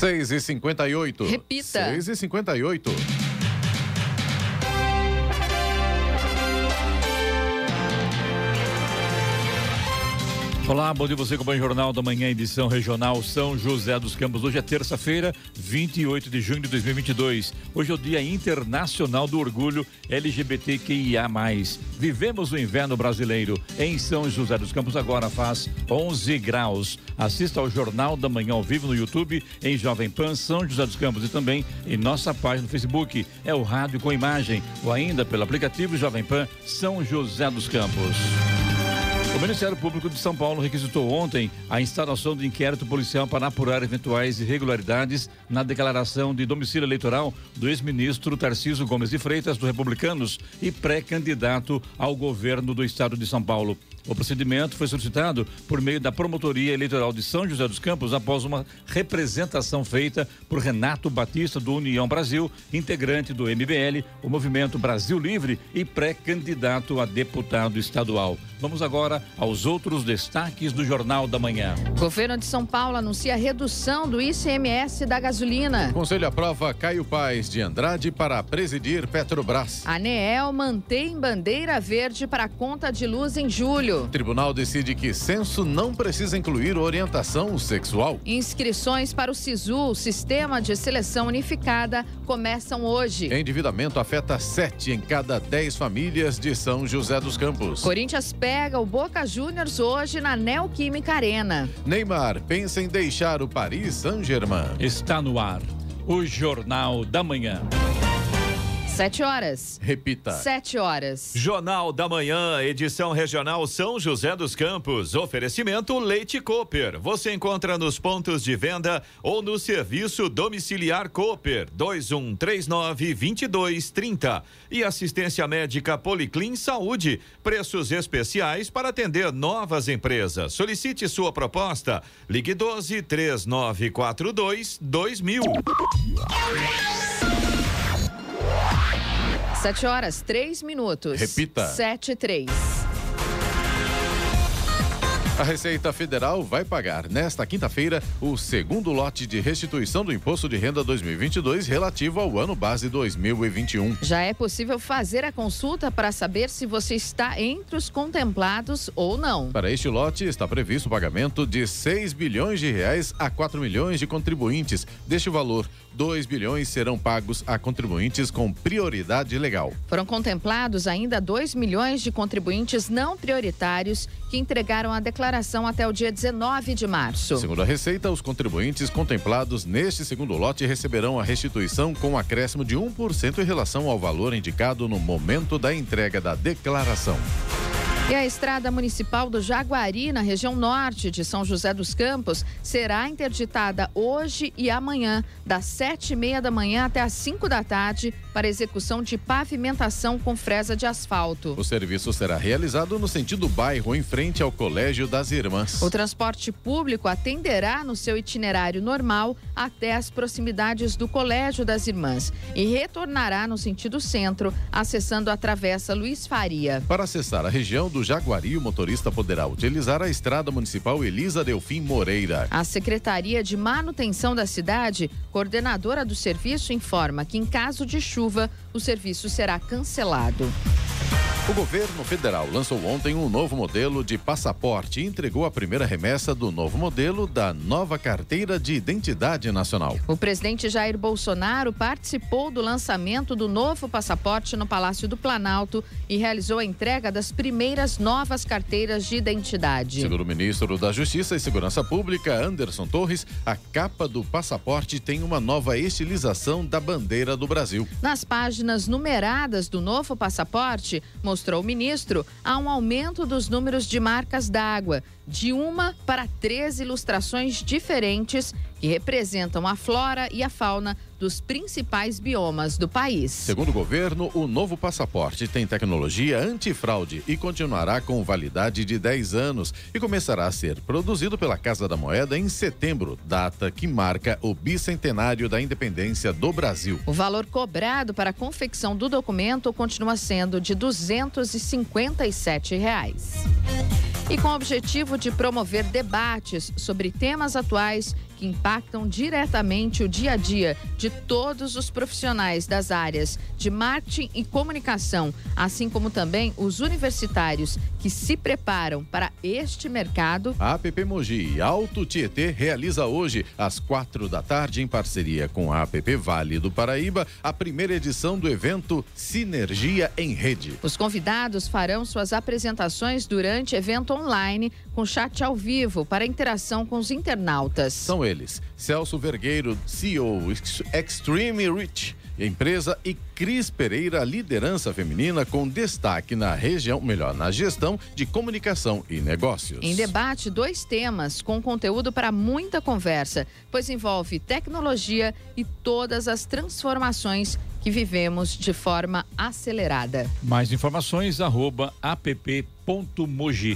6h58. Repita. 6h58. Olá, bom dia, você acompanha o Jornal da Manhã, edição regional São José dos Campos. Hoje é terça-feira, 28 de junho de 2022. Hoje é o Dia Internacional do Orgulho LGBTQIA+. Vivemos o inverno brasileiro. Em São José dos Campos agora faz 11 graus. Assista ao Jornal da Manhã ao vivo no YouTube, em Jovem Pan São José dos Campos e também em nossa página no Facebook. É o rádio com imagem ou ainda pelo aplicativo Jovem Pan São José dos Campos. O Ministério Público de São Paulo requisitou ontem a instalação de inquérito policial para apurar eventuais irregularidades na declaração de domicílio eleitoral do ex-ministro Tarcísio Gomes de Freitas, do Republicanos, e pré-candidato ao governo do estado de São Paulo. O procedimento foi solicitado por meio da Promotoria Eleitoral de São José dos Campos após uma representação feita por Renato Batista do União Brasil, integrante do MBL, o Movimento Brasil Livre e pré-candidato a deputado estadual. Vamos agora aos outros destaques do Jornal da Manhã. Governo de São Paulo anuncia a redução do ICMS da gasolina. O Conselho aprova Caio Paes de Andrade para presidir Petrobras. A ANEEL mantém bandeira verde para a conta de luz em julho. O tribunal decide que censo não precisa incluir orientação sexual. Inscrições para o SISU, Sistema de Seleção Unificada, começam hoje. Endividamento afeta 7 em cada 10 famílias de São José dos Campos. Corinthians pega o Boca Juniors hoje na Neoquímica Arena. Neymar pensa em deixar o Paris Saint-Germain. Está no ar o Jornal da Manhã. 7 horas. Repita. 7 horas. Jornal da Manhã, edição regional São José dos Campos. Oferecimento Leite Cooper. Você encontra nos pontos de venda ou no serviço domiciliar Cooper 2139-2230. E assistência médica Policlin Saúde. Preços especiais para atender novas empresas. Solicite sua proposta. Ligue 12-3942-2000. 7 horas, 3 minutos. Repita. 7:03. A Receita Federal vai pagar nesta quinta-feira o segundo lote de restituição do Imposto de Renda 2022 relativo ao ano base 2021. Já é possível fazer a consulta para saber se você está entre os contemplados ou não. Para este lote está previsto o pagamento de 6 bilhões de reais a 4 milhões de contribuintes. Deste valor, 2 bilhões serão pagos a contribuintes com prioridade legal. Foram contemplados ainda 2 milhões de contribuintes não prioritários que entregaram a declaração até o dia 19 de março. Segundo a Receita, os contribuintes contemplados neste segundo lote receberão a restituição com acréscimo de 1% em relação ao valor indicado no momento da entrega da declaração. E a estrada municipal do Jaguari, na região norte de São José dos Campos, será interditada hoje e amanhã, das 7:30 da manhã até as 5 da tarde, para execução de pavimentação com fresa de asfalto. O serviço será realizado no sentido bairro, em frente ao Colégio das Irmãs. O transporte público atenderá no seu itinerário normal até as proximidades do Colégio das Irmãs e retornará no sentido centro, acessando a Travessa Luiz Faria. Para acessar a região do Jaguari, o motorista poderá utilizar a estrada municipal Elisa Delfim Moreira. A Secretaria de Manutenção da cidade, coordenadora do serviço, informa que em caso de chuva, o serviço será cancelado. O governo federal lançou ontem um novo modelo de passaporte e entregou a primeira remessa do novo modelo da nova carteira de identidade nacional. O presidente Jair Bolsonaro participou do lançamento do novo passaporte no Palácio do Planalto e realizou a entrega das primeiras novas carteiras de identidade. Segundo o ministro da Justiça e Segurança Pública, Anderson Torres, a capa do passaporte tem uma nova estilização da bandeira do Brasil. Nas páginas numeradas do novo passaporte, mostrou o ministro, há um aumento dos números de marcas d'água, de 1 para 13 ilustrações diferentes que representam a flora e a fauna dos principais biomas do país. Segundo o governo, o novo passaporte tem tecnologia antifraude e continuará com validade de 10 anos e começará a ser produzido pela Casa da Moeda em setembro, data que marca o bicentenário da independência do Brasil. O valor cobrado para a confecção do documento continua sendo de R$ 257. E com o objetivo de promover debates sobre temas atuais que que impactam diretamente o dia a dia de todos os profissionais das áreas de marketing e comunicação, assim como também os universitários que se preparam para este mercado. A APP Mogi Alto Tietê realiza hoje, às 16h, em parceria com a APP Vale do Paraíba, a primeira edição do evento Sinergia em Rede. Os convidados farão suas apresentações durante evento online, com chat ao vivo para interação com os internautas. São eles: Celso Vergueiro, CEO Extreme Reach Empresa, e Cris Pereira, liderança feminina com destaque na região, na gestão de comunicação e negócios. Em debate, 2 temas com conteúdo para muita conversa, pois envolve tecnologia e todas as transformações que vivemos de forma acelerada. Mais informações, @app.mogi.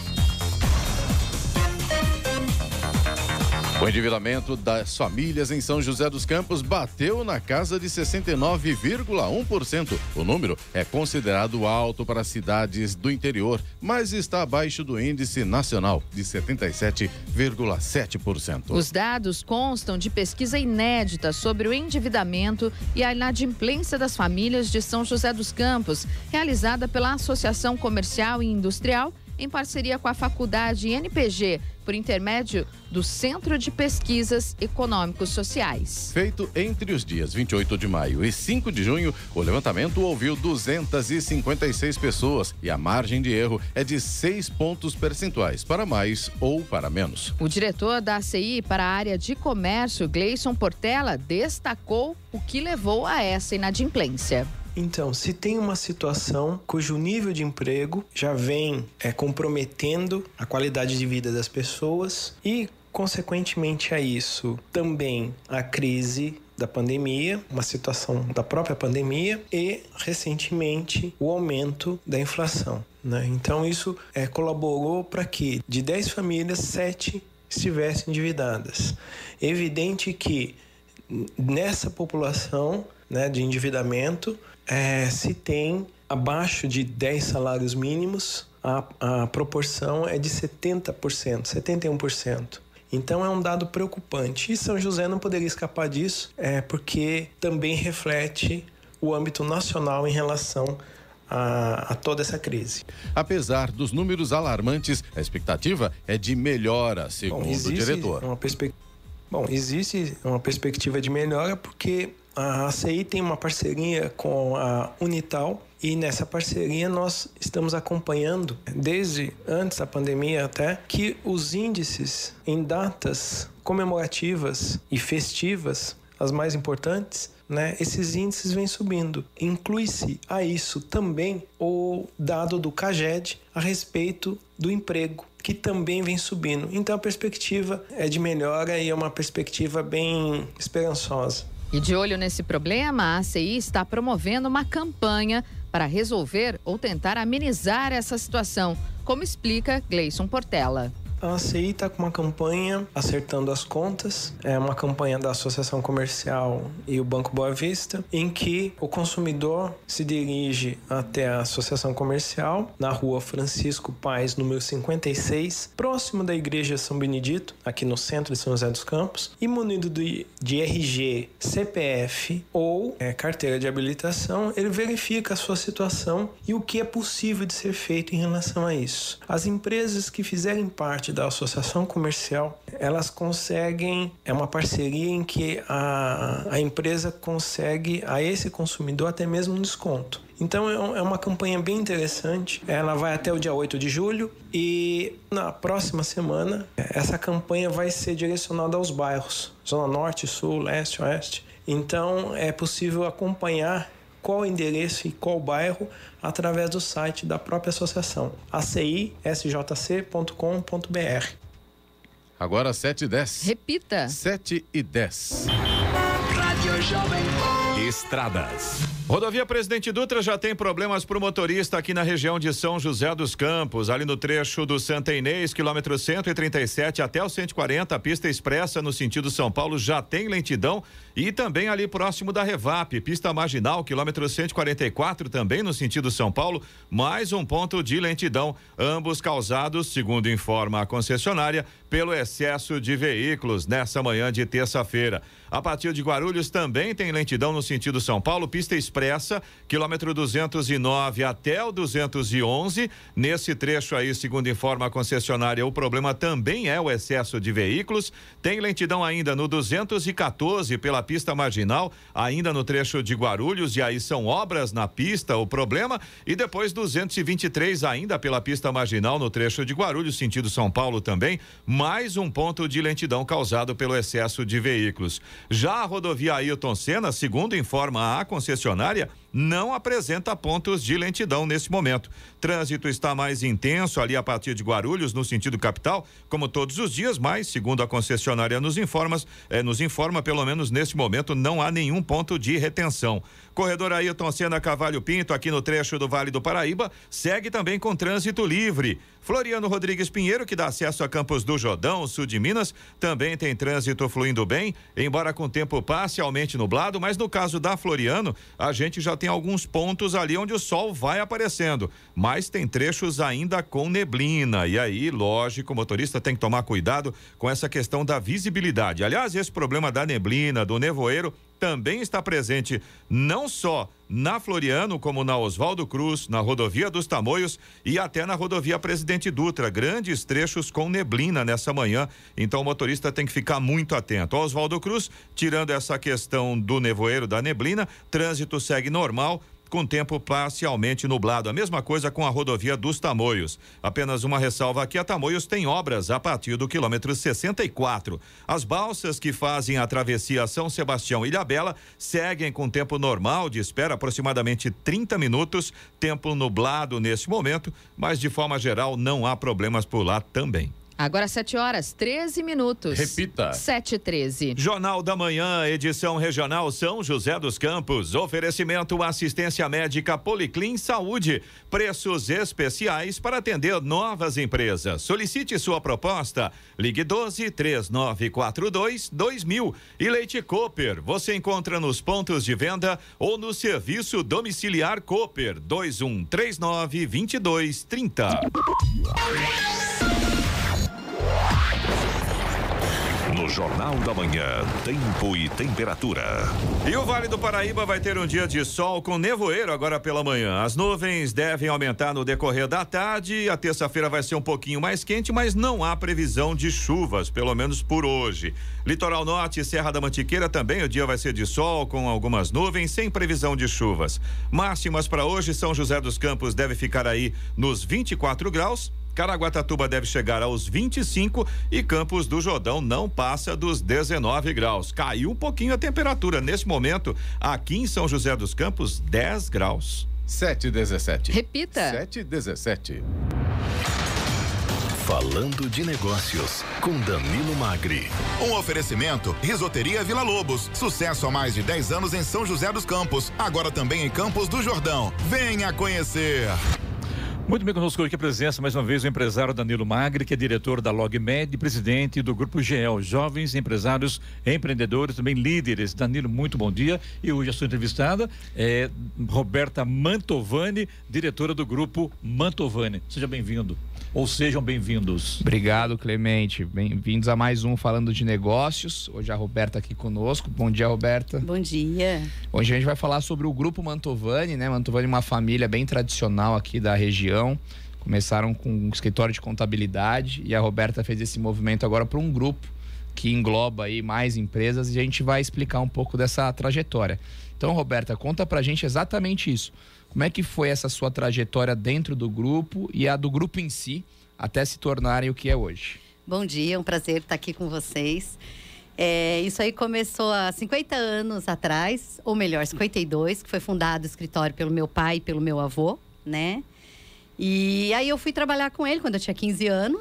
O endividamento das famílias em São José dos Campos bateu na casa de 69,1%. O número é considerado alto para cidades do interior, mas está abaixo do índice nacional de 77,7%. Os dados constam de pesquisa inédita sobre o endividamento e a inadimplência das famílias de São José dos Campos, realizada pela Associação Comercial e Industrial, em parceria com a Faculdade NPG, por intermédio do Centro de Pesquisas Econômicos Sociais. Feito entre os dias 28 de maio e 5 de junho, o levantamento ouviu 256 pessoas e a margem de erro é de 6 pontos percentuais, para mais ou para menos. O diretor da ACI para a área de comércio, Gleison Portela, destacou o que levou a essa inadimplência. Então, se tem uma situação cujo nível de emprego já vem comprometendo a qualidade de vida das pessoas e, consequentemente a isso, também a crise da pandemia, uma situação da própria pandemia e, recentemente, o aumento da inflação, né? Então, isso colaborou para que de 10 famílias, 7 estivessem endividadas. É evidente que nessa população, né, de endividamento, se tem abaixo de 10 salários mínimos, a proporção é de 70%, 71%. Então é um dado preocupante. E São José não poderia escapar disso, porque também reflete o âmbito nacional em relação a toda essa crise. Apesar dos números alarmantes, a expectativa é de melhora, segundo o diretor. Existe uma perspectiva de melhora porque a ACI tem uma parceria com a Unital e nessa parceria nós estamos acompanhando, desde antes da pandemia até, que os índices em datas comemorativas e festivas, as mais importantes, né, esses índices vêm subindo. Inclui-se a isso também o dado do CAGED a respeito do emprego, que também vem subindo. Então a perspectiva é de melhora e é uma perspectiva bem esperançosa. E de olho nesse problema, a ACI está promovendo uma campanha para resolver ou tentar amenizar essa situação, como explica Gleison Portela. A ACI está com uma campanha Acertando as Contas, é uma campanha da Associação Comercial e o Banco Boa Vista, em que o consumidor se dirige até a Associação Comercial, na rua Francisco Paes, número 56, próximo da Igreja São Benedito, aqui no centro de São José dos Campos, e munido de RG, CPF ou carteira de habilitação, ele verifica a sua situação e o que é possível de ser feito em relação a isso. As empresas que fizerem parte da associação comercial, elas conseguem, é uma parceria em que a empresa consegue a esse consumidor até mesmo um desconto. Então é uma campanha bem interessante, ela vai até o dia 8 de julho e na próxima semana essa campanha vai ser direcionada aos bairros, Zona Norte, Sul, Leste, Oeste. Então é possível acompanhar qual o endereço e qual bairro através do site da própria associação, acisjc.com.br. Agora 7h10. Repita. 7h10. Estradas. Rodovia Presidente Dutra já tem problemas para o motorista aqui na região de São José dos Campos, ali no trecho do Santa Inês, quilômetro 137 até o 140, a pista expressa no sentido São Paulo já tem lentidão, e também ali próximo da Revap, pista marginal, quilômetro 144, também no sentido São Paulo, mais um ponto de lentidão, ambos causados, segundo informa a concessionária, pelo excesso de veículos nessa manhã de terça-feira. A partir de Guarulhos também tem lentidão no sentido São Paulo, pista expressa, quilômetro 209 até o 211. Nesse trecho aí, segundo informa a concessionária, o problema também é o excesso de veículos. Tem lentidão ainda no 214 pela pista marginal, ainda no trecho de Guarulhos, e aí são obras na pista, o problema. E depois 223 ainda pela pista marginal no trecho de Guarulhos, sentido São Paulo também, mais um ponto de lentidão causado pelo excesso de veículos. Já a rodovia Ailton Senna, segundo informa a concessionária, não apresenta pontos de lentidão nesse momento. Trânsito está mais intenso ali a partir de Guarulhos, no sentido capital, como todos os dias, mas, segundo a concessionária nos informa, pelo menos neste momento, não há nenhum ponto de retenção. Corredor Ailton Senna Cavalho Pinto, aqui no trecho do Vale do Paraíba, segue também com trânsito livre. Floriano Rodrigues Pinheiro, que dá acesso a Campos do Jordão, sul de Minas, também tem trânsito fluindo bem, embora com tempo parcialmente nublado, mas no caso da Floriano, a gente já tem alguns pontos ali onde o sol vai aparecendo, mas tem trechos ainda com neblina, e aí, lógico, o motorista tem que tomar cuidado com essa questão da visibilidade. Aliás, esse problema da neblina, do nevoeiro, também está presente não só na Floriano, como na Oswaldo Cruz, na rodovia dos Tamoios e até na rodovia Presidente Dutra, grandes trechos com neblina nessa manhã, então o motorista tem que ficar muito atento. Oswaldo Cruz, tirando essa questão do nevoeiro, da neblina, trânsito segue normal, com tempo parcialmente nublado. A mesma coisa com a rodovia dos Tamoios. Apenas uma ressalva aqui, a Tamoios tem obras a partir do quilômetro 64. As balsas que fazem a travessia São Sebastião e Ilhabela seguem com tempo normal de espera, aproximadamente 30 minutos, tempo nublado nesse momento, mas de forma geral não há problemas por lá também. Agora 7h13. Repita. 7h13. Jornal da Manhã, edição regional São José dos Campos. Oferecimento assistência médica Policlin Saúde. Preços especiais para atender novas empresas. Solicite sua proposta. Ligue 12-3942-2000. E Leite Cooper. Você encontra nos pontos de venda ou no serviço domiciliar Cooper. 2139-2230. No Jornal da Manhã, tempo e temperatura. E o Vale do Paraíba vai ter um dia de sol com nevoeiro agora pela manhã. As nuvens devem aumentar no decorrer da tarde. A terça-feira vai ser um pouquinho mais quente, mas não há previsão de chuvas, pelo menos por hoje. Litoral Norte e Serra da Mantiqueira também o dia vai ser de sol com algumas nuvens, sem previsão de chuvas. Máximas para hoje, São José dos Campos deve ficar aí nos 24 graus. Caraguatatuba deve chegar aos 25 e Campos do Jordão não passa dos 19 graus. Caiu um pouquinho a temperatura. Nesse momento, aqui em São José dos Campos, 10 graus. 7h17. Repita. 7h17. Falando de Negócios, com Danilo Magri. Um oferecimento, Risoteria Vila Lobos. Sucesso há mais de 10 anos em São José dos Campos. Agora também em Campos do Jordão. Venha conhecer. Muito bem, conosco aqui a presença, mais uma vez, o empresário Danilo Magri, que é diretor da LogMed e presidente do Grupo GEL, Jovens Empresários Empreendedores, também líderes. Danilo, muito bom dia. E hoje a sua entrevistada é Roberta Mantovani, diretora do Grupo Mantovani. Seja bem-vindo. Ou sejam bem-vindos. Obrigado, Clemente. Bem-vindos a mais um Falando de Negócios. Hoje a Roberta aqui conosco. Bom dia, Roberta. Bom dia. Hoje a gente vai falar sobre o Grupo Mantovani, né? Mantovani é uma família bem tradicional aqui da região. Começaram com um escritório de contabilidade e a Roberta fez esse movimento agora para um grupo que engloba aí mais empresas e a gente vai explicar um pouco dessa trajetória. Então, Roberta, conta pra gente exatamente isso. Como é que foi essa sua trajetória dentro do grupo e a do grupo em si, até se tornarem o que é hoje? Bom dia, é um prazer estar aqui com vocês. Isso aí começou há 50 anos atrás, ou melhor, 52, que foi fundado o escritório pelo meu pai e pelo meu avô, né? E aí eu fui trabalhar com ele quando eu tinha 15 anos.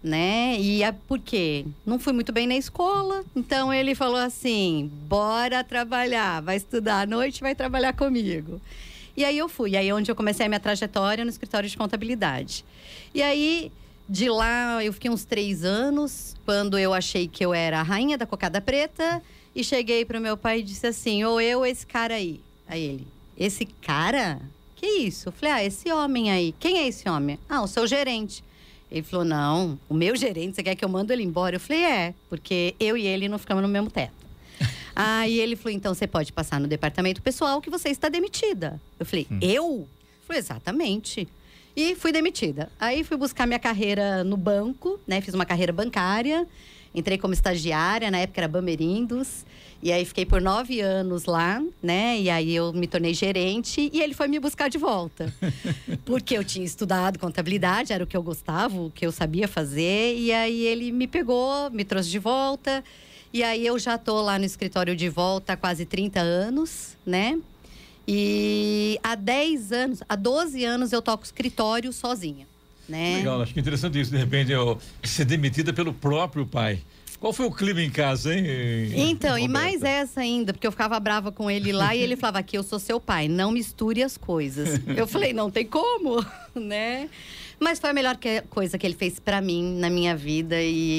né? E por quê? Não fui muito bem na escola, então ele falou assim, bora trabalhar, vai estudar à noite, vai trabalhar comigo. E aí eu fui, e aí onde eu comecei a minha trajetória no escritório de contabilidade. E aí, de lá, eu fiquei uns 3 anos, quando eu achei que eu era a rainha da cocada preta, e cheguei pro meu pai e disse assim, ou esse cara aí. Aí ele, esse cara? Que isso? Eu falei, esse homem aí. Quem é esse homem? O seu gerente. Ele falou, não, o meu gerente, você quer que eu mando ele embora? Eu falei, porque eu e ele não ficamos no mesmo teto. Aí ele falou, então você pode passar no departamento pessoal que você está demitida. Eu falei, eu? Ele falou, exatamente. E fui demitida. Aí fui buscar minha carreira no banco, né? Fiz uma carreira bancária. Entrei como estagiária, na época era Bamerindos. E aí fiquei por 9 anos lá, né? E aí eu me tornei gerente e ele foi me buscar de volta. Porque eu tinha estudado contabilidade, era o que eu gostava, o que eu sabia fazer. E aí ele me pegou, me trouxe de volta. E aí eu já tô lá no escritório de volta há quase 30 anos, né? E há 12 anos eu toco escritório sozinha, né? Legal, acho que é interessante isso, de repente, ser demitida pelo próprio pai. Qual foi o clima em casa, hein? Então, Roberta? E mais essa ainda, porque eu ficava brava com ele lá e ele falava aqui, eu sou seu pai, não misture as coisas. Eu falei, não tem como, né? Mas foi a melhor coisa que ele fez pra mim, na minha vida.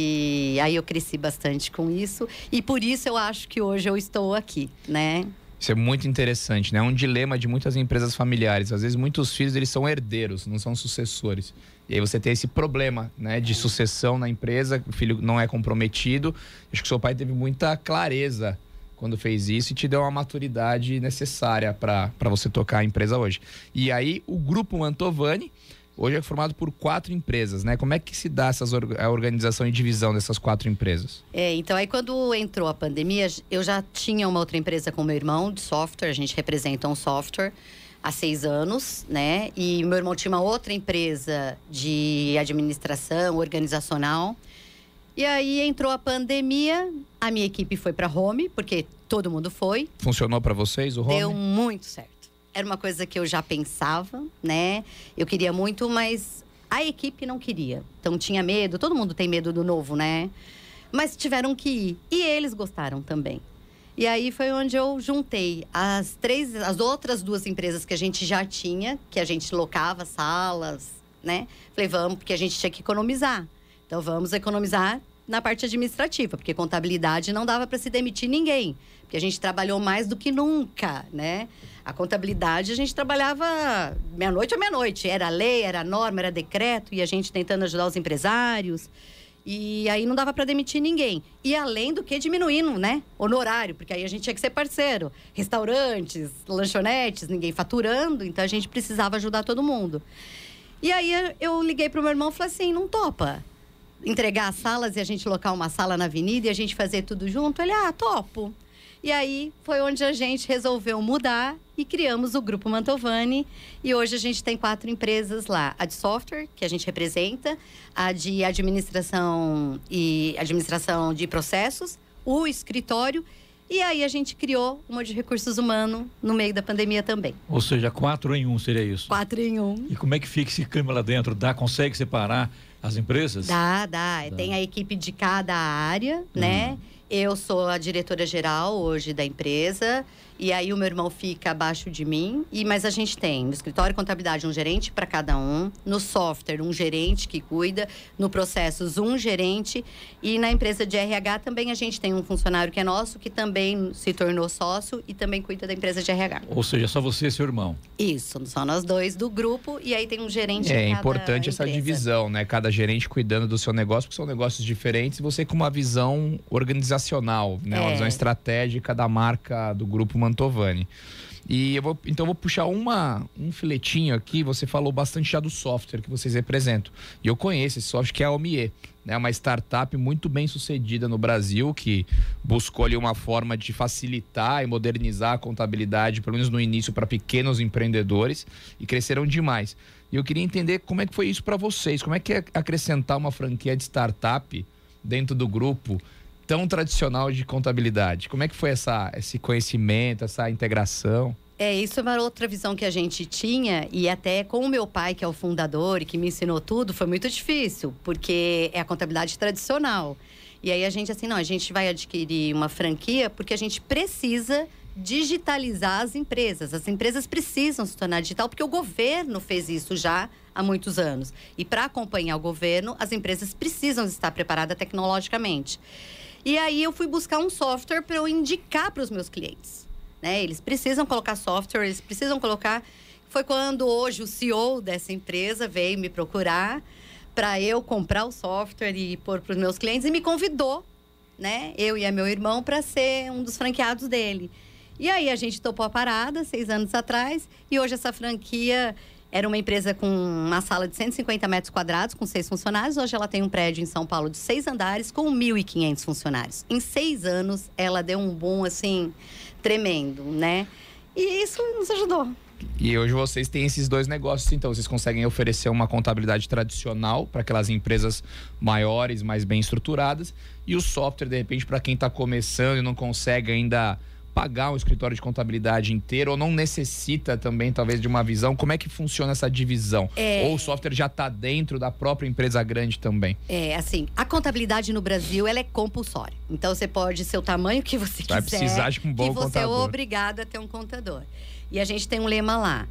E aí eu cresci bastante com isso. E por isso eu acho que hoje eu estou aqui, né? Isso é muito interessante, né? É um dilema de muitas empresas familiares. Às vezes, muitos filhos, eles são herdeiros, não são sucessores. E aí você tem esse problema, né? De sucessão na empresa, o filho não é comprometido. Acho que seu pai teve muita clareza quando fez isso e te deu uma maturidade necessária para você tocar a empresa hoje. E aí, o Grupo Mantovani hoje é formado por 4 empresas, né? Como é que se dá a organização e divisão dessas 4 empresas? Então aí quando entrou a pandemia, eu já tinha uma outra empresa com meu irmão de software, a gente representa um software há 6 anos, né? E meu irmão tinha uma outra empresa de administração organizacional. E aí entrou a pandemia, a minha equipe foi para home, porque todo mundo foi. Funcionou para vocês o home? Deu muito certo. Era uma coisa que eu já pensava, né? Eu queria muito, mas a equipe não queria. Então tinha medo, todo mundo tem medo do novo, né? Mas tiveram que ir. E eles gostaram também. E aí foi onde eu juntei as outras 2 empresas que a gente já tinha, que a gente locava salas, né? Falei, vamos, porque a gente tinha que economizar. Então vamos economizar na parte administrativa, porque contabilidade não dava para se demitir ninguém. Porque a gente trabalhou mais do que nunca, né? A contabilidade, a gente trabalhava meia-noite a meia-noite. Era lei, era norma, era decreto. E a gente tentando ajudar os empresários. E aí não dava para demitir ninguém. E além do que diminuindo, né? Honorário, porque aí a gente tinha que ser parceiro. Restaurantes, lanchonetes, ninguém faturando. Então a gente precisava ajudar todo mundo. E aí eu liguei pro meu irmão e falei assim, não topa entregar as salas e a gente locar uma sala na avenida e a gente fazer tudo junto? Ele, topo. E aí foi onde a gente resolveu mudar e criamos o Grupo Mantovani. E hoje a gente tem 4 empresas lá. A de software, que a gente representa, a de administração de processos, o escritório. E aí a gente criou uma de recursos humanos no meio da pandemia também. Ou seja, 4 em 1 seria isso? 4 em 1. E como é que fica esse clima lá dentro? Consegue separar as empresas? Dá. Tem a equipe de cada área, né? Eu sou a diretora-geral hoje da empresa. E aí o meu irmão fica abaixo de mim. Mas a gente tem no escritório de contabilidade um gerente para cada um. No software, um gerente que cuida. No processos, um gerente. E na empresa de RH também a gente tem um funcionário que é nosso, que também se tornou sócio e também cuida da empresa de RH. Ou seja, só você e seu irmão. Isso, só nós 2 do grupo. E aí tem um gerente de cada importante empresa. Essa divisão, né? Cada gerente cuidando do seu negócio, porque são negócios diferentes. E você com uma visão organizacional, né? Uma visão estratégica da marca do Grupo Mantovani. E eu vou puxar um filetinho aqui. Você falou bastante já do software que vocês representam. E eu conheço esse software, que é a Omie, né? Uma startup muito bem sucedida no Brasil, que buscou ali uma forma de facilitar e modernizar a contabilidade, pelo menos no início, para pequenos empreendedores, e cresceram demais. E eu queria entender como é que foi isso para vocês. Como é que é acrescentar uma franquia de startup dentro do grupo tão tradicional de contabilidade? Como é que foi esse conhecimento, essa integração? Isso é uma outra visão que a gente tinha, e até com o meu pai, que é o fundador e que me ensinou tudo, foi muito difícil, porque é a contabilidade tradicional. E aí a gente assim, não, a gente vai adquirir uma franquia porque a gente precisa digitalizar as empresas. As empresas precisam se tornar digital, porque o governo fez isso já há muitos anos. E para acompanhar o governo, as empresas precisam estar preparadas tecnologicamente. E aí eu fui buscar um software para eu indicar para os meus clientes. Né? Eles precisam colocar software, eles precisam colocar... Foi quando hoje o CEO dessa empresa veio me procurar para eu comprar o software e pôr para os meus clientes e me convidou, né? Eu e meu irmão, para ser um dos franqueados dele. E aí a gente topou a parada 6 anos atrás e hoje essa franquia era uma empresa com uma sala de 150 metros quadrados, com 6 funcionários. Hoje ela tem um prédio em São Paulo de 6 andares com 1.500 funcionários. Em 6 anos, ela deu um boom, assim, tremendo, né? E isso nos ajudou. E hoje vocês têm esses 2 negócios, então vocês conseguem oferecer uma contabilidade tradicional para aquelas empresas maiores, mais bem estruturadas, e o software, de repente, para quem está começando e não consegue ainda pagar um escritório de contabilidade inteiro, ou não necessita também, talvez, de uma visão. Como é que funciona essa divisão? Ou o software já está dentro da própria empresa grande também? Assim, a contabilidade no Brasil, ela é compulsória. Então, você pode ser o tamanho que você quiser. Vai precisar de um bom contador. Que você é obrigado a ter um contador. E a gente tem um lema lá.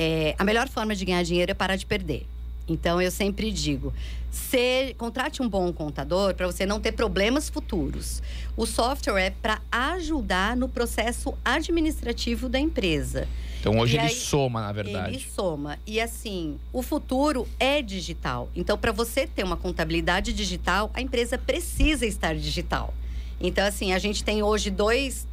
A melhor forma de ganhar dinheiro é parar de perder. Então, eu sempre digo, contrate um bom contador para você não ter problemas futuros. O software é para ajudar no processo administrativo da empresa. Então, hoje ele soma, na verdade. Ele soma. E assim, o futuro é digital. Então, para você ter uma contabilidade digital, a empresa precisa estar digital. Então, assim, a gente tem hoje dois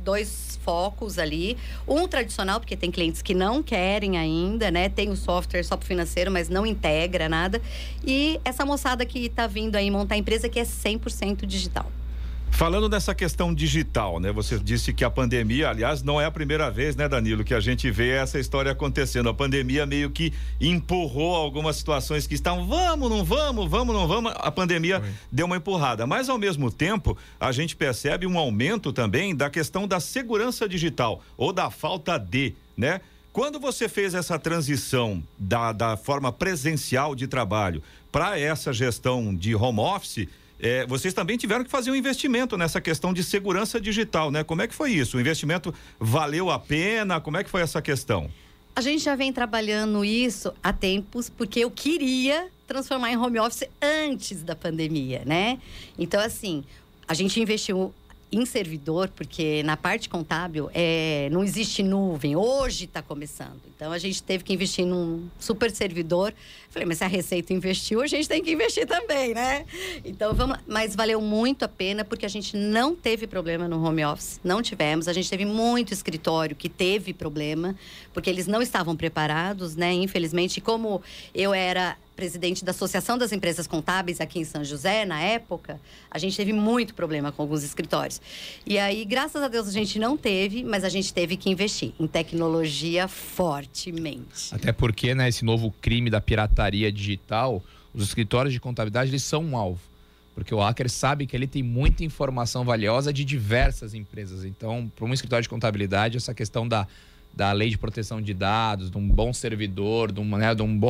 focos ali. Um tradicional, porque tem clientes que não querem ainda, né? Tem o software só para o financeiro, mas não integra nada. E essa moçada que está vindo aí montar a empresa que é 100% digital. Falando dessa questão digital, né? Você disse que a pandemia, aliás, não é a primeira vez, né, Danilo, que a gente vê essa história acontecendo. A pandemia meio que empurrou algumas situações que estavam, vamos, não vamos. A pandemia deu uma empurrada. Mas, ao mesmo tempo, a gente percebe um aumento também da questão da segurança digital, ou da falta de, né? Quando você fez essa transição da forma presencial de trabalho para essa gestão de home office, vocês também tiveram que fazer um investimento nessa questão de segurança digital, né? Como é que foi isso? O investimento valeu a pena? Como é que foi essa questão? A gente já vem trabalhando isso há tempos, porque eu queria transformar em home office antes da pandemia, né? Então, assim, a gente investiu em servidor, porque na parte contábil não existe nuvem, hoje está começando. Então, a gente teve que investir num super servidor. Falei, mas se a Receita investiu, a gente tem que investir também, né? Então, vamos lá. Mas valeu muito a pena, porque a gente não teve problema no home office, não tivemos. A gente teve muito escritório que teve problema, porque eles não estavam preparados, né? Infelizmente, como eu era presidente da Associação das Empresas Contábeis aqui em São José, na época, a gente teve muito problema com alguns escritórios. E aí, graças a Deus, a gente não teve, mas a gente teve que investir em tecnologia fortemente. Até porque, né, esse novo crime da pirataria digital, os escritórios de contabilidade, eles são um alvo. Porque o hacker sabe que ele tem muita informação valiosa de diversas empresas. Então, para um escritório de contabilidade, essa questão da lei de proteção de dados, de um bom servidor, de um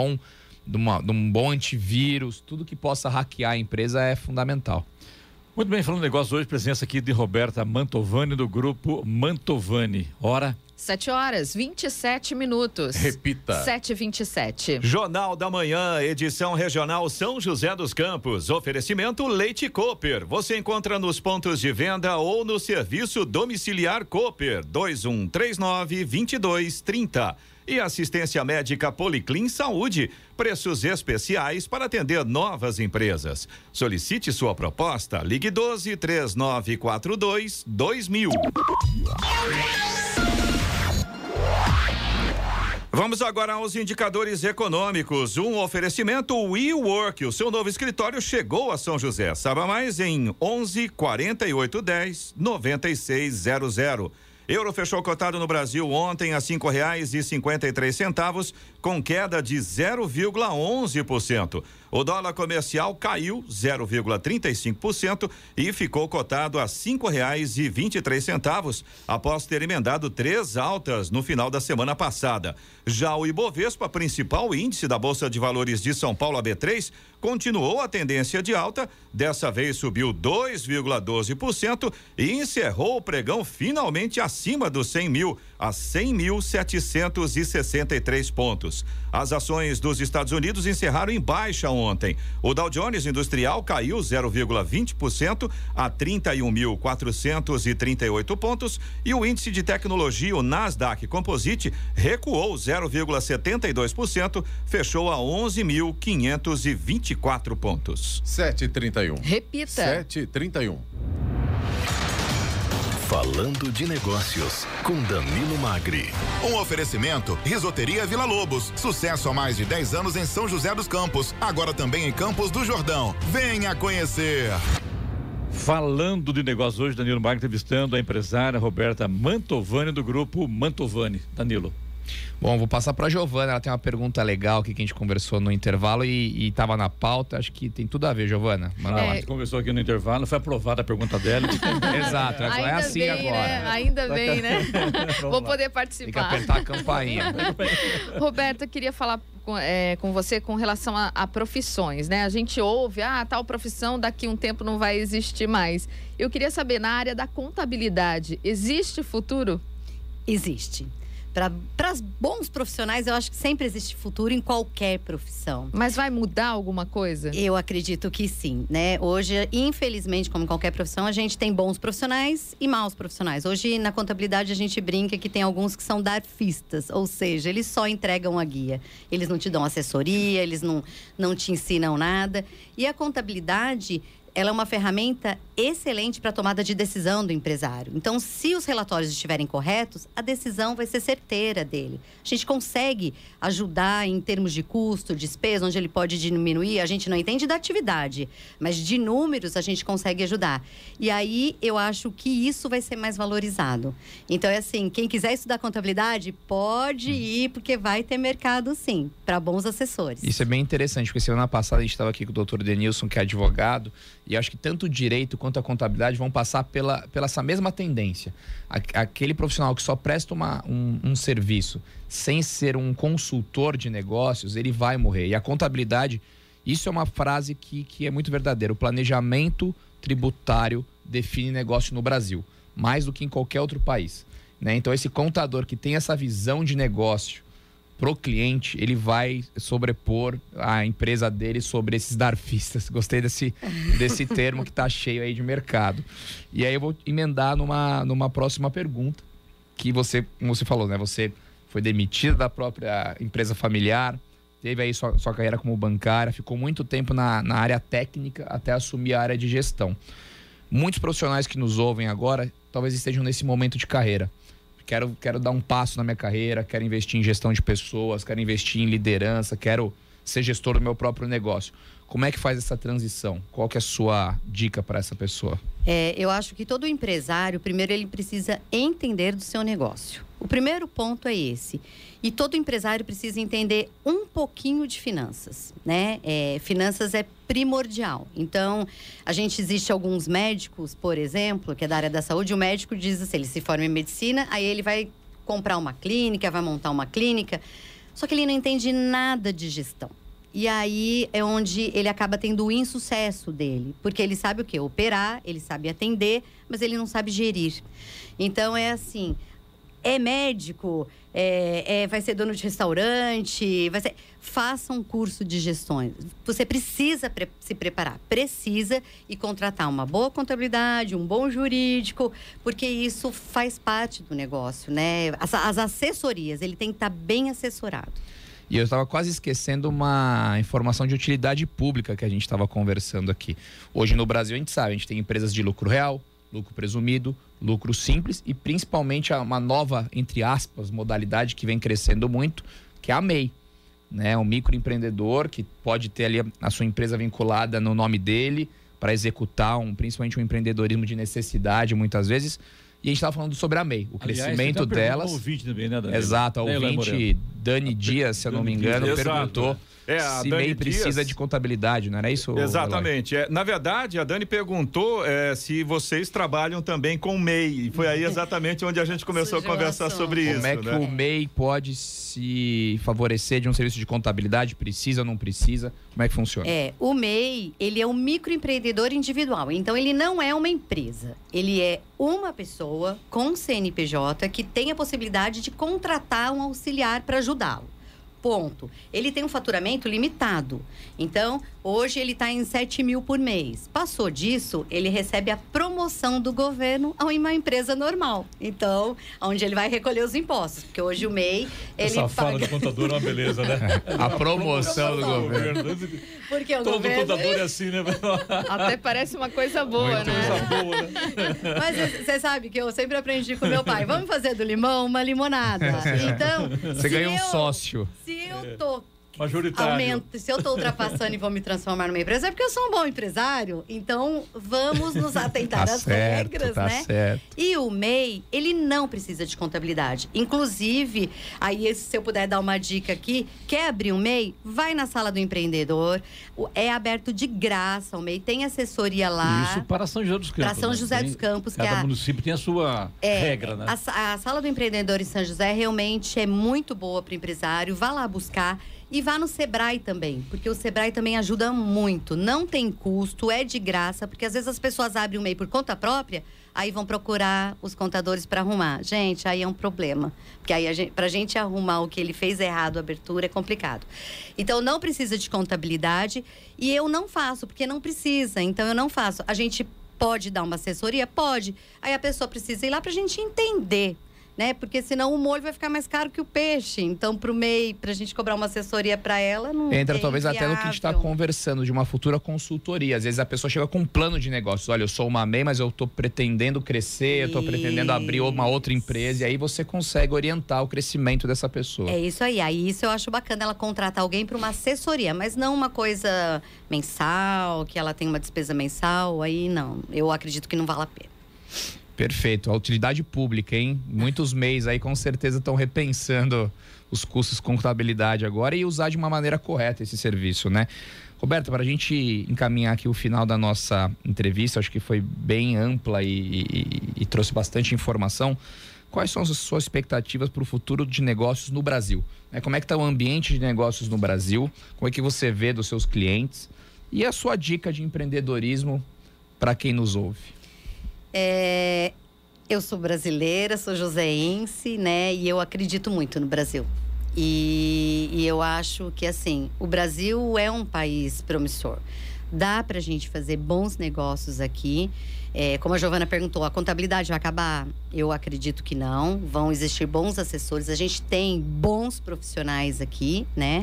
bom antivírus, tudo que possa hackear a empresa é fundamental. Muito bem, falando negócio hoje, presença aqui de Roberta Mantovani, do grupo Mantovani. Hora? 7h27. Repita. 7h27. Jornal da Manhã, edição regional São José dos Campos. Oferecimento Leite Cooper. Você encontra nos pontos de venda ou no serviço domiciliar Cooper 2139-2230. E assistência médica Policlin Saúde. Preços especiais para atender novas empresas. Solicite sua proposta. Ligue 12-3942-2000. Vamos agora aos indicadores econômicos. Um oferecimento WeWork. O seu novo escritório chegou a São José. Saiba mais em 11-4810-9600. Euro fechou cotado no Brasil ontem a R$5,53, com queda de 0,11%. O dólar comercial caiu 0,35% e ficou cotado a R$ 5,23, após ter emendado 3 altas no final da semana passada. Já o Ibovespa, principal índice da Bolsa de Valores de São Paulo, a B3, continuou a tendência de alta, dessa vez subiu 2,12% e encerrou o pregão finalmente acima dos 100 mil, a 100.763 pontos. As ações dos Estados Unidos encerraram em baixa ontem. O Dow Jones Industrial caiu 0,20% a 31.438 pontos e o índice de tecnologia, o Nasdaq Composite, recuou 0,72%, fechou a 11.524 pontos. 7h31. Repita. 7h31. Falando de Negócios, com Danilo Magri. Um oferecimento, Risoteria Vila Lobos. Sucesso há mais de 10 anos em São José dos Campos. Agora também em Campos do Jordão. Venha conhecer. Falando de negócios hoje, Danilo Magri entrevistando a empresária Roberta Mantovani, do grupo Mantovani. Danilo. Bom, vou passar para a Giovana, ela tem uma pergunta legal aqui que a gente conversou no intervalo e estava na pauta, acho que tem tudo a ver, Giovana. Manda lá. A gente conversou aqui no intervalo, foi aprovada a pergunta dela. Exato, ela é assim bem, agora. Né? Ainda bem, né? Vou poder participar. Tem que apertar a campainha. Roberta, eu queria falar com você com relação a profissões, né? A gente ouve, tal profissão daqui a um tempo não vai existir mais. Eu queria saber, na área da contabilidade, existe futuro? Existe. Para bons profissionais, eu acho que sempre existe futuro em qualquer profissão. Mas vai mudar alguma coisa? Eu acredito que sim, né? Hoje, infelizmente, como em qualquer profissão, a gente tem bons profissionais e maus profissionais. Hoje, na contabilidade, a gente brinca que tem alguns que são darfistas, ou seja, eles só entregam a guia. Eles não te dão assessoria, eles não te ensinam nada. E a contabilidade, ela é uma ferramenta excelente para a tomada de decisão do empresário. Então, se os relatórios estiverem corretos, a decisão vai ser certeira dele. A gente consegue ajudar em termos de custo, despesa, onde ele pode diminuir. A gente não entende da atividade, mas de números a gente consegue ajudar. E aí, eu acho que isso vai ser mais valorizado. Então, é assim, quem quiser estudar contabilidade, pode ir, porque vai ter mercado, sim, para bons assessores. Isso é bem interessante, porque semana passada a gente estava aqui com o Dr. Denilson, que é advogado, e acho que tanto o direito quanto a contabilidade vão passar pela essa mesma tendência. Aquele profissional que só presta um serviço sem ser um consultor de negócios, ele vai morrer. E a contabilidade, isso é uma frase que é muito verdadeira. O planejamento tributário define negócio no Brasil, mais do que em qualquer outro país, né? Então, esse contador que tem essa visão de negócio pro cliente, ele vai sobrepor a empresa dele sobre esses darfistas. Gostei desse termo que tá cheio aí de mercado. E aí eu vou emendar numa próxima pergunta, que você, como você falou, né? Você foi demitida da própria empresa familiar, teve aí sua carreira como bancária, ficou muito tempo na área técnica até assumir a área de gestão. Muitos profissionais que nos ouvem agora talvez estejam nesse momento de carreira. Quero dar um passo na minha carreira, quero investir em gestão de pessoas, quero investir em liderança, quero ser gestor do meu próprio negócio. Como é que faz essa transição? Qual que é a sua dica para essa pessoa? Eu acho que todo empresário, primeiro, ele precisa entender do seu negócio. O primeiro ponto é esse. E todo empresário precisa entender um pouquinho de finanças, né? Finanças é primordial. Então, existe alguns médicos, por exemplo, que é da área da saúde, o médico diz assim, ele se forma em medicina, aí ele vai comprar uma clínica, vai montar uma clínica, só que ele não entende nada de gestão. E aí é onde ele acaba tendo o insucesso dele. Porque ele sabe o quê? Operar, ele sabe atender, mas ele não sabe gerir. Então, é assim, é médico, vai ser dono de restaurante, faça um curso de gestões. Você precisa se preparar, precisa e contratar uma boa contabilidade, um bom jurídico, porque isso faz parte do negócio, né? As assessorias, ele tem que estar bem assessorado. E eu estava quase esquecendo uma informação de utilidade pública que a gente estava conversando aqui. Hoje no Brasil a gente sabe, a gente tem empresas de lucro real, lucro presumido, lucro simples e principalmente uma nova, entre aspas, modalidade que vem crescendo muito, que é a MEI, né? Um microempreendedor que pode ter ali a sua empresa vinculada no nome dele para executar principalmente um empreendedorismo de necessidade muitas vezes. E a gente estava falando sobre a MEI, o crescimento delas. Ouvinte também, né, Danilo? Exato, a ouvinte Dani Dias, se eu não me engano, perguntou se MEI precisa de contabilidade, não era isso? Exatamente. Na verdade, a Dani perguntou se vocês trabalham também com MEI. E foi aí exatamente onde a gente começou a conversar sobre isso. Como é que o MEI pode se favorecer de um serviço de contabilidade? Precisa ou não precisa? Como é que funciona? O MEI, ele é um microempreendedor individual. Então, ele não é uma empresa. Ele é uma pessoa com CNPJ que tem a possibilidade de contratar um auxiliar para ajudá-lo. Ponto. Ele tem um faturamento limitado. Então, hoje ele está em 7 mil por mês. Passou disso, ele recebe a promoção do governo a uma empresa normal. Então, onde ele vai recolher os impostos. Porque hoje o MEI, ele Essa fala de contador é uma beleza, né? A promoção do governo. Porque o todo governo... contador é assim, né? Até parece uma coisa boa, muito né? coisa boa, né? Mas você sabe que eu sempre aprendi com meu pai. Vamos fazer do limão uma limonada. Então, você ganha um sócio. Se eu tô majoritário. Se eu tô ultrapassando e vou me transformar numa empresa, é porque eu sou um bom empresário. Então, vamos nos atentar às regras, né? Certo. E o MEI, ele não precisa de contabilidade. Inclusive, aí se eu puder dar uma dica aqui, quer abrir um MEI? Vai na sala do empreendedor. É aberto de graça o MEI, tem assessoria lá. Isso para São José dos Campos. Para São José dos Campos. Cada município tem a sua regra, né? A sala do empreendedor em São José realmente é muito boa para o empresário. Vá lá buscar. E vá no Sebrae também, porque o Sebrae também ajuda muito. Não tem custo, é de graça, porque às vezes as pessoas abrem um MEI por conta própria, aí vão procurar os contadores para arrumar. Gente, aí é um problema. Porque aí pra gente arrumar o que ele fez errado, a abertura, é complicado. Então, não precisa de contabilidade e eu não faço, porque não precisa. Então, eu não faço. A gente pode dar uma assessoria? Pode. Aí a pessoa precisa ir lá pra gente entender. Né? Porque senão o molho vai ficar mais caro que o peixe. Então, para o MEI, para a gente cobrar uma assessoria para ela, não entra talvez até no que a gente está conversando, de uma futura consultoria. Às vezes a pessoa chega com um plano de negócios. Olha, eu sou uma MEI, mas eu estou pretendendo crescer, eu estou pretendendo abrir uma outra empresa. E aí você consegue orientar o crescimento dessa pessoa. É isso aí. Aí isso eu acho bacana, ela contratar alguém para uma assessoria. Mas não uma coisa mensal, que ela tem uma despesa mensal. Aí não, eu acredito que não vale a pena. Perfeito. A utilidade pública, hein? Muitos MEIs aí com certeza estão repensando os custos com contabilidade agora e usar de uma maneira correta esse serviço, né? Roberto, para a gente encaminhar aqui o final da nossa entrevista, acho que foi bem ampla e trouxe bastante informação. Quais são as suas expectativas para o futuro de negócios no Brasil? Como é que está o ambiente de negócios no Brasil? Como é que você vê dos seus clientes? E a sua dica de empreendedorismo para quem nos ouve? Eu sou brasileira, sou joseense, né? E eu acredito muito no Brasil. E eu acho que, assim, o Brasil é um país promissor. Dá pra gente fazer bons negócios aqui. Como a Giovana perguntou, a contabilidade vai acabar? Eu acredito que não. Vão existir bons assessores. A gente tem bons profissionais aqui, né?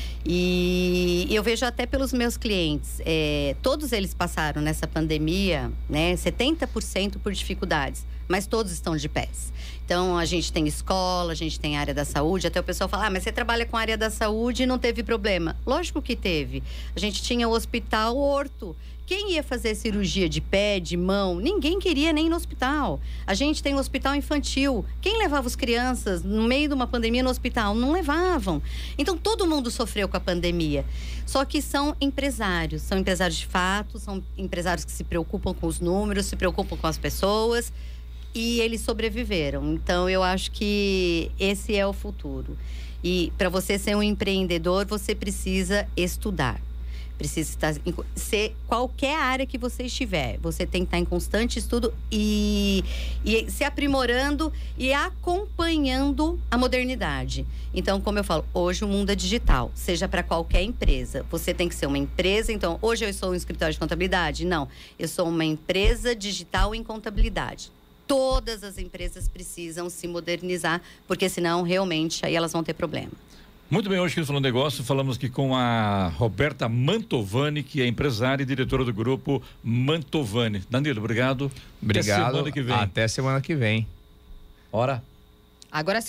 E eu vejo até pelos meus clientes, todos eles passaram nessa pandemia, né, 70% por dificuldades, mas todos estão de pés. Então, a gente tem escola, a gente tem área da saúde, até o pessoal fala, mas você trabalha com a área da saúde e não teve problema. Lógico que teve. A gente tinha o Hospital Horto. Quem ia fazer cirurgia de pé, de mão? Ninguém queria nem ir no hospital. A gente tem o hospital infantil. Quem levava as crianças no meio de uma pandemia no hospital? Não levavam. Então, todo mundo sofreu com a pandemia. Só que são empresários de fato, são empresários que se preocupam com os números, se preocupam com as pessoas e eles sobreviveram. Então, eu acho que esse é o futuro. E para você ser um empreendedor, você precisa estudar. Precisa estar qualquer área que você estiver, você tem que estar em constante estudo e se aprimorando e acompanhando a modernidade. Então, como eu falo, hoje o mundo é digital, seja para qualquer empresa. Você tem que ser uma empresa, então, hoje eu sou um escritório de contabilidade? Não, eu sou uma empresa digital em contabilidade. Todas as empresas precisam se modernizar, porque senão, realmente, aí elas vão ter problema. Muito bem, hoje que falando negócio, falamos aqui com a Roberta Mantovani, que é empresária e diretora do grupo Mantovani. Danilo, obrigado. Obrigado. Até semana que vem. Até semana que vem. Hora? Agora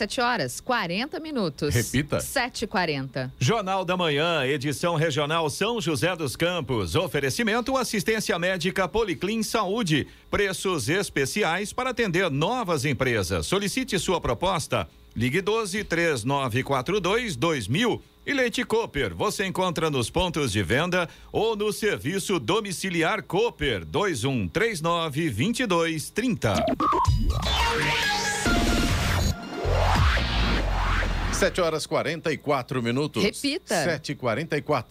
7h40. Repita. 7h40. Jornal da Manhã, edição regional São José dos Campos. Oferecimento assistência médica Policlin Saúde. Preços especiais para atender novas empresas. Solicite sua proposta. Ligue 12 3942 2000. E Leite Cooper, você encontra nos pontos de venda ou no serviço domiciliar Cooper 2139-2230. 7h44. Repita. 7h44.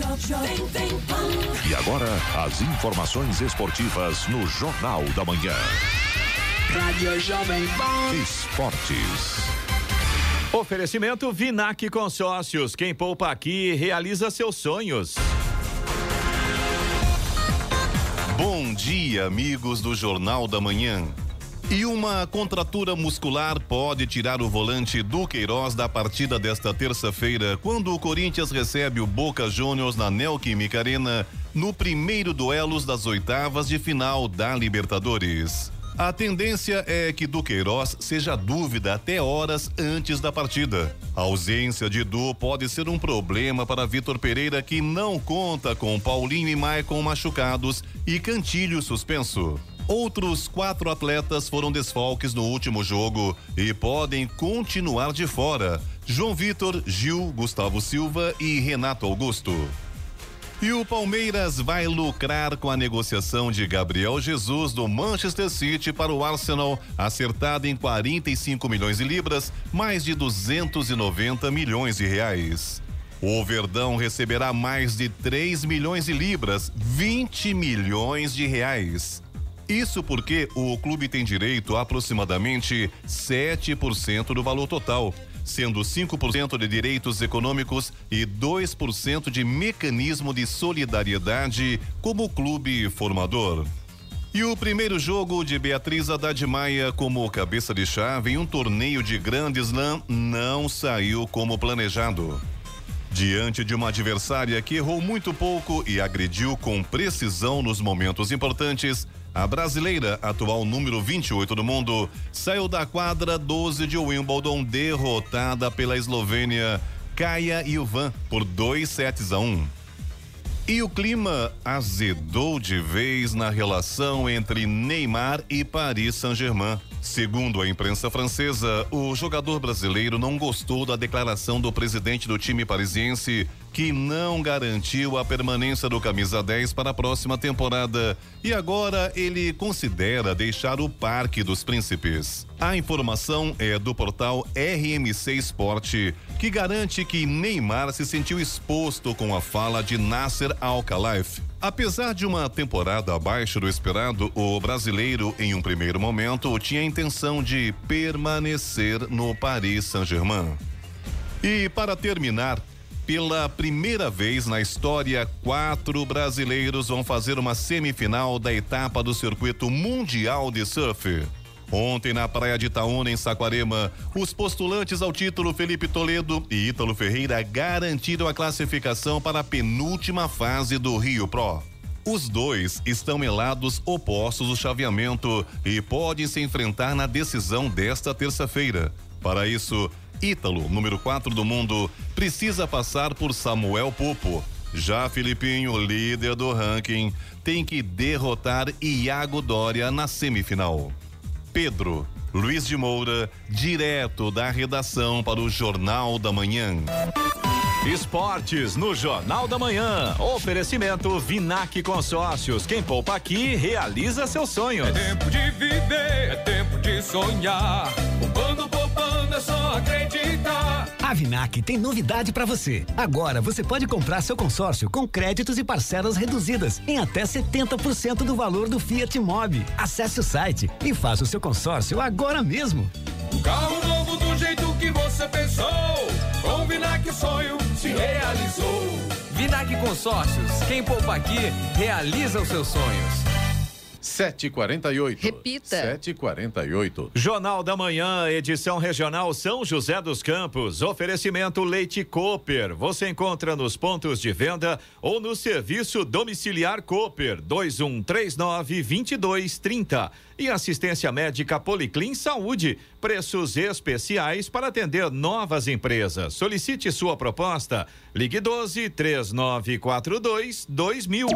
E agora, as informações esportivas no Jornal da Manhã. Rádio Jovem Pan. Esportes. Oferecimento Vinac Consórcios. Quem poupa aqui realiza seus sonhos. Bom dia, amigos do Jornal da Manhã. E uma contratura muscular pode tirar o volante Duqueiroz da partida desta terça-feira, quando o Corinthians recebe o Boca Juniors na Neoquímica Arena, no primeiro duelo das oitavas de final da Libertadores. A tendência é que Duqueiroz seja dúvida até horas antes da partida. A ausência de Du pode ser um problema para Vitor Pereira, que não conta com Paulinho e Maicon machucados e Cantilho suspenso. Outros 4 atletas foram desfalques no último jogo e podem continuar de fora: João Vitor, Gil, Gustavo Silva e Renato Augusto. E o Palmeiras vai lucrar com a negociação de Gabriel Jesus do Manchester City para o Arsenal, acertada em 45 milhões de libras, mais de 290 milhões de reais. O Verdão receberá mais de 3 milhões de libras, 20 milhões de reais. Isso porque o clube tem direito a aproximadamente 7% do valor total, sendo 5% de direitos econômicos e 2% de mecanismo de solidariedade como clube formador. E o primeiro jogo de Beatriz Haddad Maia como cabeça de chave em um torneio de Grand Slam não saiu como planejado. Diante de uma adversária que errou muito pouco e agrediu com precisão nos momentos importantes, a brasileira, atual número 28 do mundo, saiu da quadra 12 de Wimbledon derrotada pela Eslovênia Kaja Juvan por 2-1. E o clima azedou de vez na relação entre Neymar e Paris Saint-Germain. Segundo a imprensa francesa, o jogador brasileiro não gostou da declaração do presidente do time parisiense, que não garantiu a permanência do camisa 10 para a próxima temporada, e agora ele considera deixar o Parque dos Príncipes. A informação é do portal RMC Sport, que garante que Neymar se sentiu exposto com a fala de Nasser Al-Khelaifi. Apesar de uma temporada abaixo do esperado, o brasileiro, em um primeiro momento, tinha a intenção de permanecer no Paris Saint-Germain. E para terminar, pela primeira vez na história, 4 brasileiros vão fazer uma semifinal da etapa do Circuito Mundial de Surf. Ontem, na praia de Itaúna, em Saquarema, os postulantes ao título Felipe Toledo e Ítalo Ferreira garantiram a classificação para a penúltima fase do Rio Pro. Os dois estão em lados opostos do chaveamento e podem se enfrentar na decisão desta terça-feira. Para isso, Ítalo, número 4 do mundo, precisa passar por Samuel Pupo. Já Filipinho, líder do ranking, tem que derrotar Iago Dória na semifinal. Pedro Luiz de Moura, direto da redação para o Jornal da Manhã. Esportes no Jornal da Manhã. Oferecimento Vinac Consórcios. Quem poupa aqui realiza seus sonhos. É tempo de viver, é tempo de sonhar. Poupando é só acreditar. A Vinac tem novidade para você. Agora você pode comprar seu consórcio com créditos e parcelas reduzidas em até 70% do valor do Fiat Mobi. Acesse o site e faça o seu consórcio agora mesmo. Carro novo do jeito que você pensou. Com Vinac o sonho se realizou. Vinac Consórcios. Quem poupa aqui realiza os seus sonhos. 7h48. Repita. 7h48. Jornal da Manhã, edição regional São José dos Campos. Oferecimento Leite Cooper. Você encontra nos pontos de venda ou no serviço domiciliar Cooper 2139-2230. E assistência médica Policlin Saúde. Preços especiais para atender novas empresas. Solicite sua proposta. Ligue 12-3942-2000.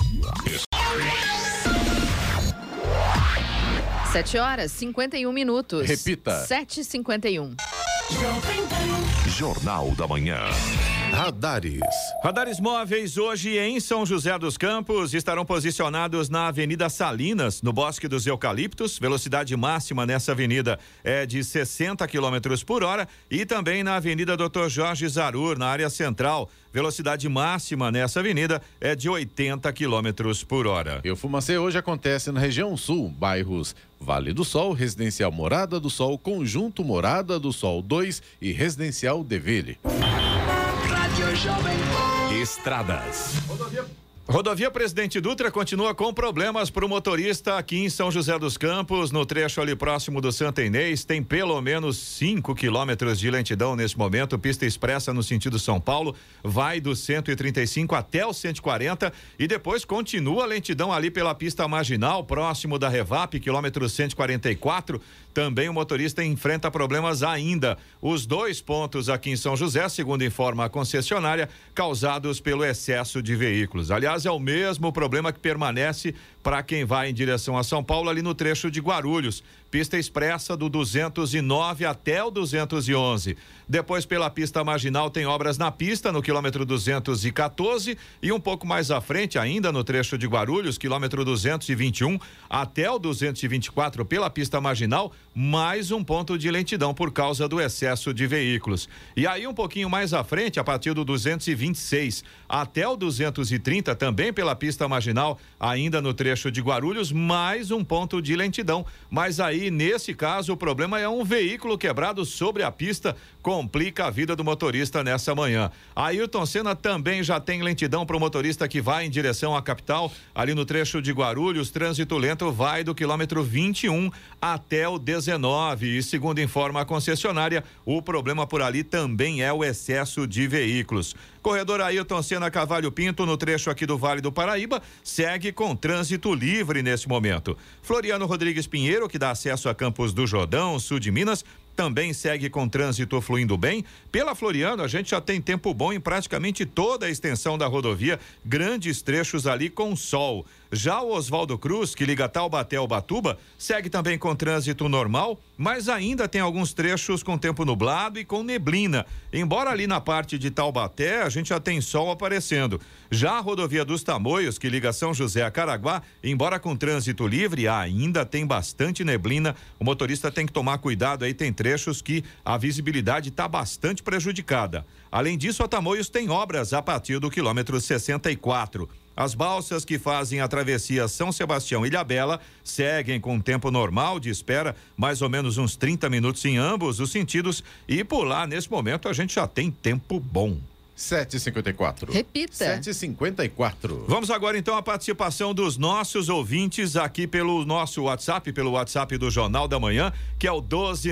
7h51. Repita. 7h51. Jornal da Manhã. Radares. Radares móveis hoje em São José dos Campos estarão posicionados na Avenida Salinas, no Bosque dos Eucaliptos. Velocidade máxima nessa avenida é de 60 km por hora, e também na Avenida Dr. Jorge Zarur, na área central. Velocidade máxima nessa avenida é de 80 km por hora. E o Fumacê hoje acontece na região sul, bairros Vale do Sol, Residencial Morada do Sol, Conjunto Morada do Sol 2 e Residencial Deville. Estradas. Rodovia Presidente Dutra continua com problemas para o motorista aqui em São José dos Campos, no trecho ali próximo do Santa Inês. Tem pelo menos 5 quilômetros de lentidão nesse momento. Pista expressa no sentido São Paulo, vai do 135 até o 140 e depois continua a lentidão ali pela pista marginal, próximo da Revap, quilômetro 144. Também o motorista enfrenta problemas ainda. Os 2 pontos aqui em São José, segundo informa a concessionária, causados pelo excesso de veículos. Aliás, é o mesmo problema que permanece para quem vai em direção a São Paulo, ali no trecho de Guarulhos. Pista expressa do 209 até o 211. Depois, pela pista marginal, tem obras na pista, no quilômetro 214, e um pouco mais à frente, ainda no trecho de Guarulhos, quilômetro 221 até o 224, pela pista marginal, mais um ponto de lentidão por causa do excesso de veículos. E aí, um pouquinho mais à frente, a partir do 226 até o 230, também pela pista marginal, ainda no trecho de Guarulhos, mais um ponto de lentidão. Mas aí, nesse caso, o problema é um veículo quebrado sobre a pista, complica a vida do motorista nessa manhã. Ayrton Senna também já tem lentidão para o motorista que vai em direção à capital, ali no trecho de Guarulhos. Trânsito lento vai do quilômetro 21 até o 19, e segundo informa a concessionária, o problema por ali também é o excesso de veículos. Corredor Ayrton Senna Cavalho Pinto, no trecho aqui do Vale do Paraíba, segue com trânsito livre nesse momento. Floriano Rodrigues Pinheiro, que dá acesso a Campos do Jordão, sul de Minas, também segue com trânsito fluindo bem. Pela Floriano, a gente já tem tempo bom em praticamente toda a extensão da rodovia, grandes trechos ali com sol. Já o Oswaldo Cruz, que liga Taubaté ao Ubatuba, segue também com trânsito normal, mas ainda tem alguns trechos com tempo nublado e com neblina. Embora ali na parte de Taubaté a gente já tem sol aparecendo. Já a rodovia dos Tamoios, que liga São José a Caraguá, embora com trânsito livre, ainda tem bastante neblina. O motorista tem que tomar cuidado aí, tem trechos que a visibilidade está bastante prejudicada. Além disso, a Tamoios tem obras a partir do quilômetro 64. As balsas que fazem a travessia São Sebastião e Ilhabela seguem com tempo normal de espera, mais ou menos uns 30 minutos em ambos os sentidos, e por lá, nesse momento, a gente já tem tempo bom. 7h54. Repita. 7h54. Vamos agora então à participação dos nossos ouvintes aqui pelo nosso WhatsApp, pelo WhatsApp do Jornal da Manhã, que é o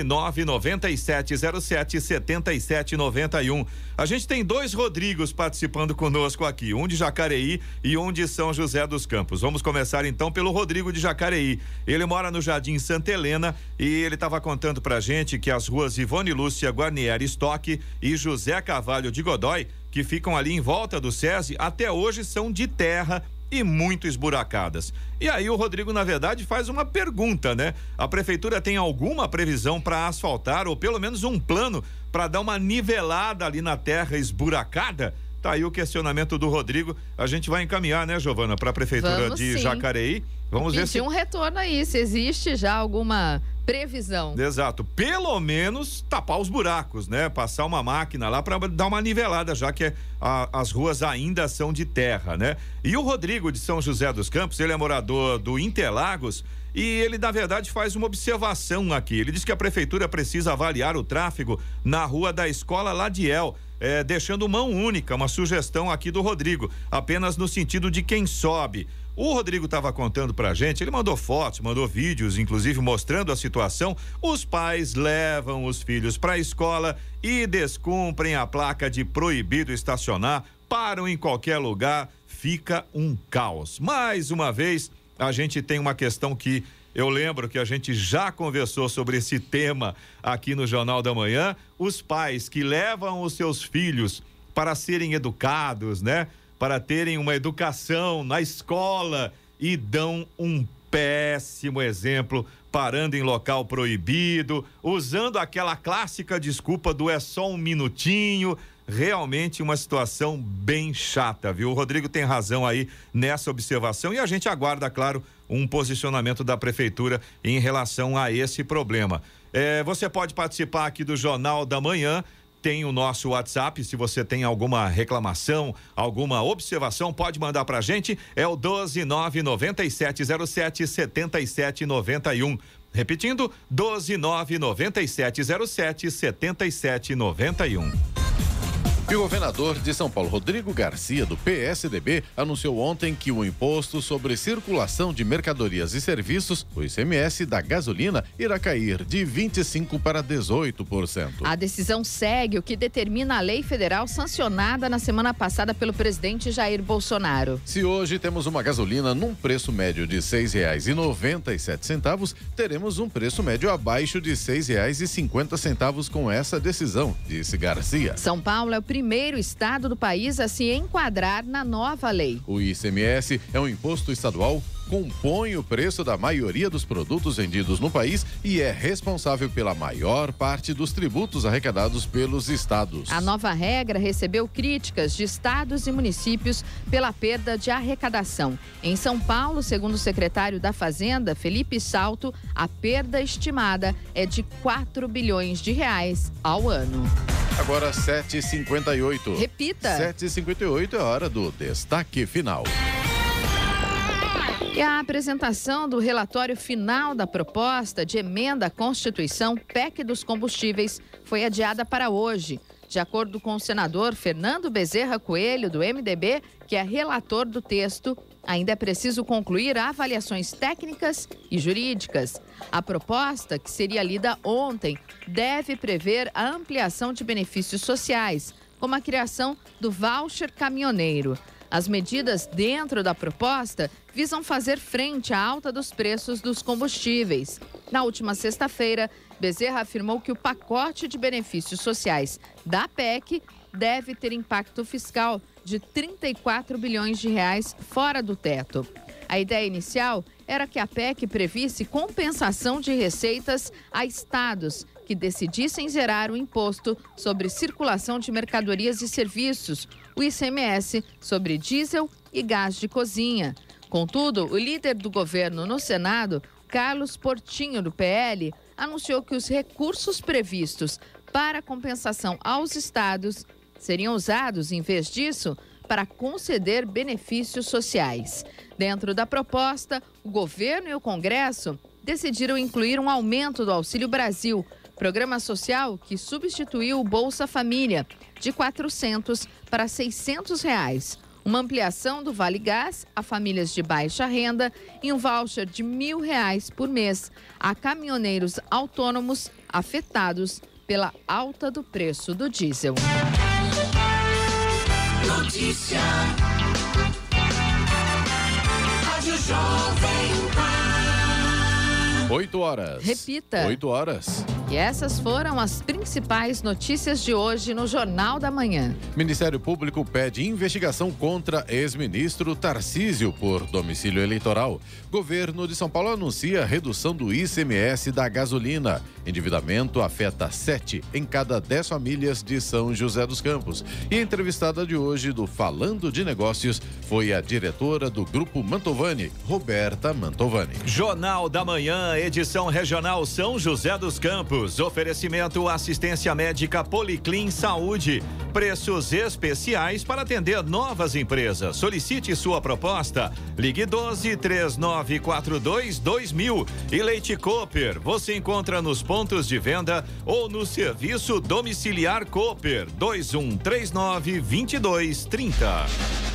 12997077791. A gente tem 2 Rodrigos participando conosco aqui, um de Jacareí e um de São José dos Campos. Vamos começar então pelo Rodrigo de Jacareí. Ele mora no Jardim Santa Helena e ele estava contando pra gente que as ruas Ivone Lúcia Guarnieri Stock e José Carvalho de Godoy, que ficam ali em volta do SESI, até hoje são de terra e muito esburacadas. E aí o Rodrigo, na verdade, faz uma pergunta, né? A prefeitura tem alguma previsão para asfaltar, ou pelo menos um plano para dar uma nivelada ali na terra esburacada? Tá aí o questionamento do Rodrigo. A gente vai encaminhar, né, Giovana, para a prefeitura de Jacareí. Vamos ver se um retorno aí, se existe já alguma previsão. Exato, pelo menos tapar os buracos, né? Passar uma máquina lá para dar uma nivelada, já que as ruas ainda são de terra, né? E o Rodrigo de São José dos Campos, ele é morador do Interlagos e ele, na verdade, faz uma observação aqui. Ele diz que a prefeitura precisa avaliar o tráfego na rua da Escola Ladiel, deixando mão única, uma sugestão aqui do Rodrigo, apenas no sentido de quem sobe. O Rodrigo estava contando pra gente, ele mandou fotos, mandou vídeos, inclusive mostrando a situação. Os pais levam os filhos para a escola e descumprem a placa de proibido estacionar, param em qualquer lugar, fica um caos. Mais uma vez, a gente tem uma questão que eu lembro que a gente já conversou sobre esse tema aqui no Jornal da Manhã. Os pais que levam os seus filhos para serem educados, né? Para terem uma educação na escola e dão um péssimo exemplo, parando em local proibido, usando aquela clássica desculpa do é só um minutinho. realmente uma situação bem chata, viu? O Rodrigo tem razão aí nessa observação e a gente aguarda, claro, um posicionamento da prefeitura em relação a esse problema. Você pode participar aqui do Jornal da Manhã. Tem o nosso WhatsApp, se você tem alguma reclamação, alguma observação, pode mandar pra gente, é o 12997077791. Repetindo, 12997077791. E o governador de São Paulo, Rodrigo Garcia, do PSDB, anunciou ontem que o imposto sobre circulação de mercadorias e serviços, o ICMS da gasolina, irá cair de 25% para 18%. A decisão segue o que determina a lei federal sancionada na semana passada pelo presidente Jair Bolsonaro. Se hoje temos uma gasolina num preço médio de R$ 6,97, teremos um preço médio abaixo de R$ 6,50 com essa decisão, disse Garcia. São Paulo é o primeiro estado do país a se enquadrar na nova lei. O ICMS é um imposto estadual, compõe o preço da maioria dos produtos vendidos no país e é responsável pela maior parte dos tributos arrecadados pelos estados. A nova regra recebeu críticas de estados e municípios pela perda de arrecadação. Em São Paulo, segundo o secretário da Fazenda, Felipe Salto, a perda estimada é de 4 bilhões de reais ao ano. Agora 7h58. Repita. 7h58 é hora do destaque final. E a apresentação do relatório final da proposta de emenda à Constituição PEC dos combustíveis foi adiada para hoje. De acordo com o senador Fernando Bezerra Coelho, do MDB, que é relator do texto, ainda é preciso concluir avaliações técnicas e jurídicas. A proposta, que seria lida ontem, deve prever a ampliação de benefícios sociais, como a criação do voucher caminhoneiro. As medidas dentro da proposta visam fazer frente à alta dos preços dos combustíveis. Na última sexta-feira, Bezerra afirmou que o pacote de benefícios sociais da PEC deve ter impacto fiscal de 34 bilhões de reais fora do teto. A ideia inicial era que a PEC previsse compensação de receitas a estados que decidissem zerar o imposto sobre circulação de mercadorias e serviços, o ICMS sobre diesel e gás de cozinha. Contudo, o líder do governo no Senado, Carlos Portinho, do PL, anunciou que os recursos previstos para compensação aos estados seriam usados, em vez disso, para conceder benefícios sociais. Dentro da proposta, o governo e o Congresso decidiram incluir um aumento do Auxílio Brasil, programa social que substituiu o Bolsa Família, de R$ 400 para R$ 600, uma ampliação do Vale Gás a famílias de baixa renda e um voucher de R$ 1.000 por mês a caminhoneiros autônomos afetados pela alta do preço do diesel. Notícia. Rádio Jovem Pan. 8 horas. Repita. 8 horas. E essas foram as principais notícias de hoje no Jornal da Manhã. Ministério Público pede investigação contra ex-ministro Tarcísio por domicílio eleitoral. Governo de São Paulo anuncia redução do ICMS da gasolina. Endividamento afeta 7 em cada 10 famílias de São José dos Campos. E a entrevistada de hoje do Falando de Negócios foi a diretora do Grupo Mantovani, Roberta Mantovani. Jornal da Manhã, edição regional São José dos Campos. Oferecimento assistência médica Policlin Saúde. Preços especiais para atender novas empresas. Solicite sua proposta. Ligue 12-3942-2000. E Leite Cooper. Você encontra nos pontos de venda ou no serviço domiciliar Cooper. 2139-2230.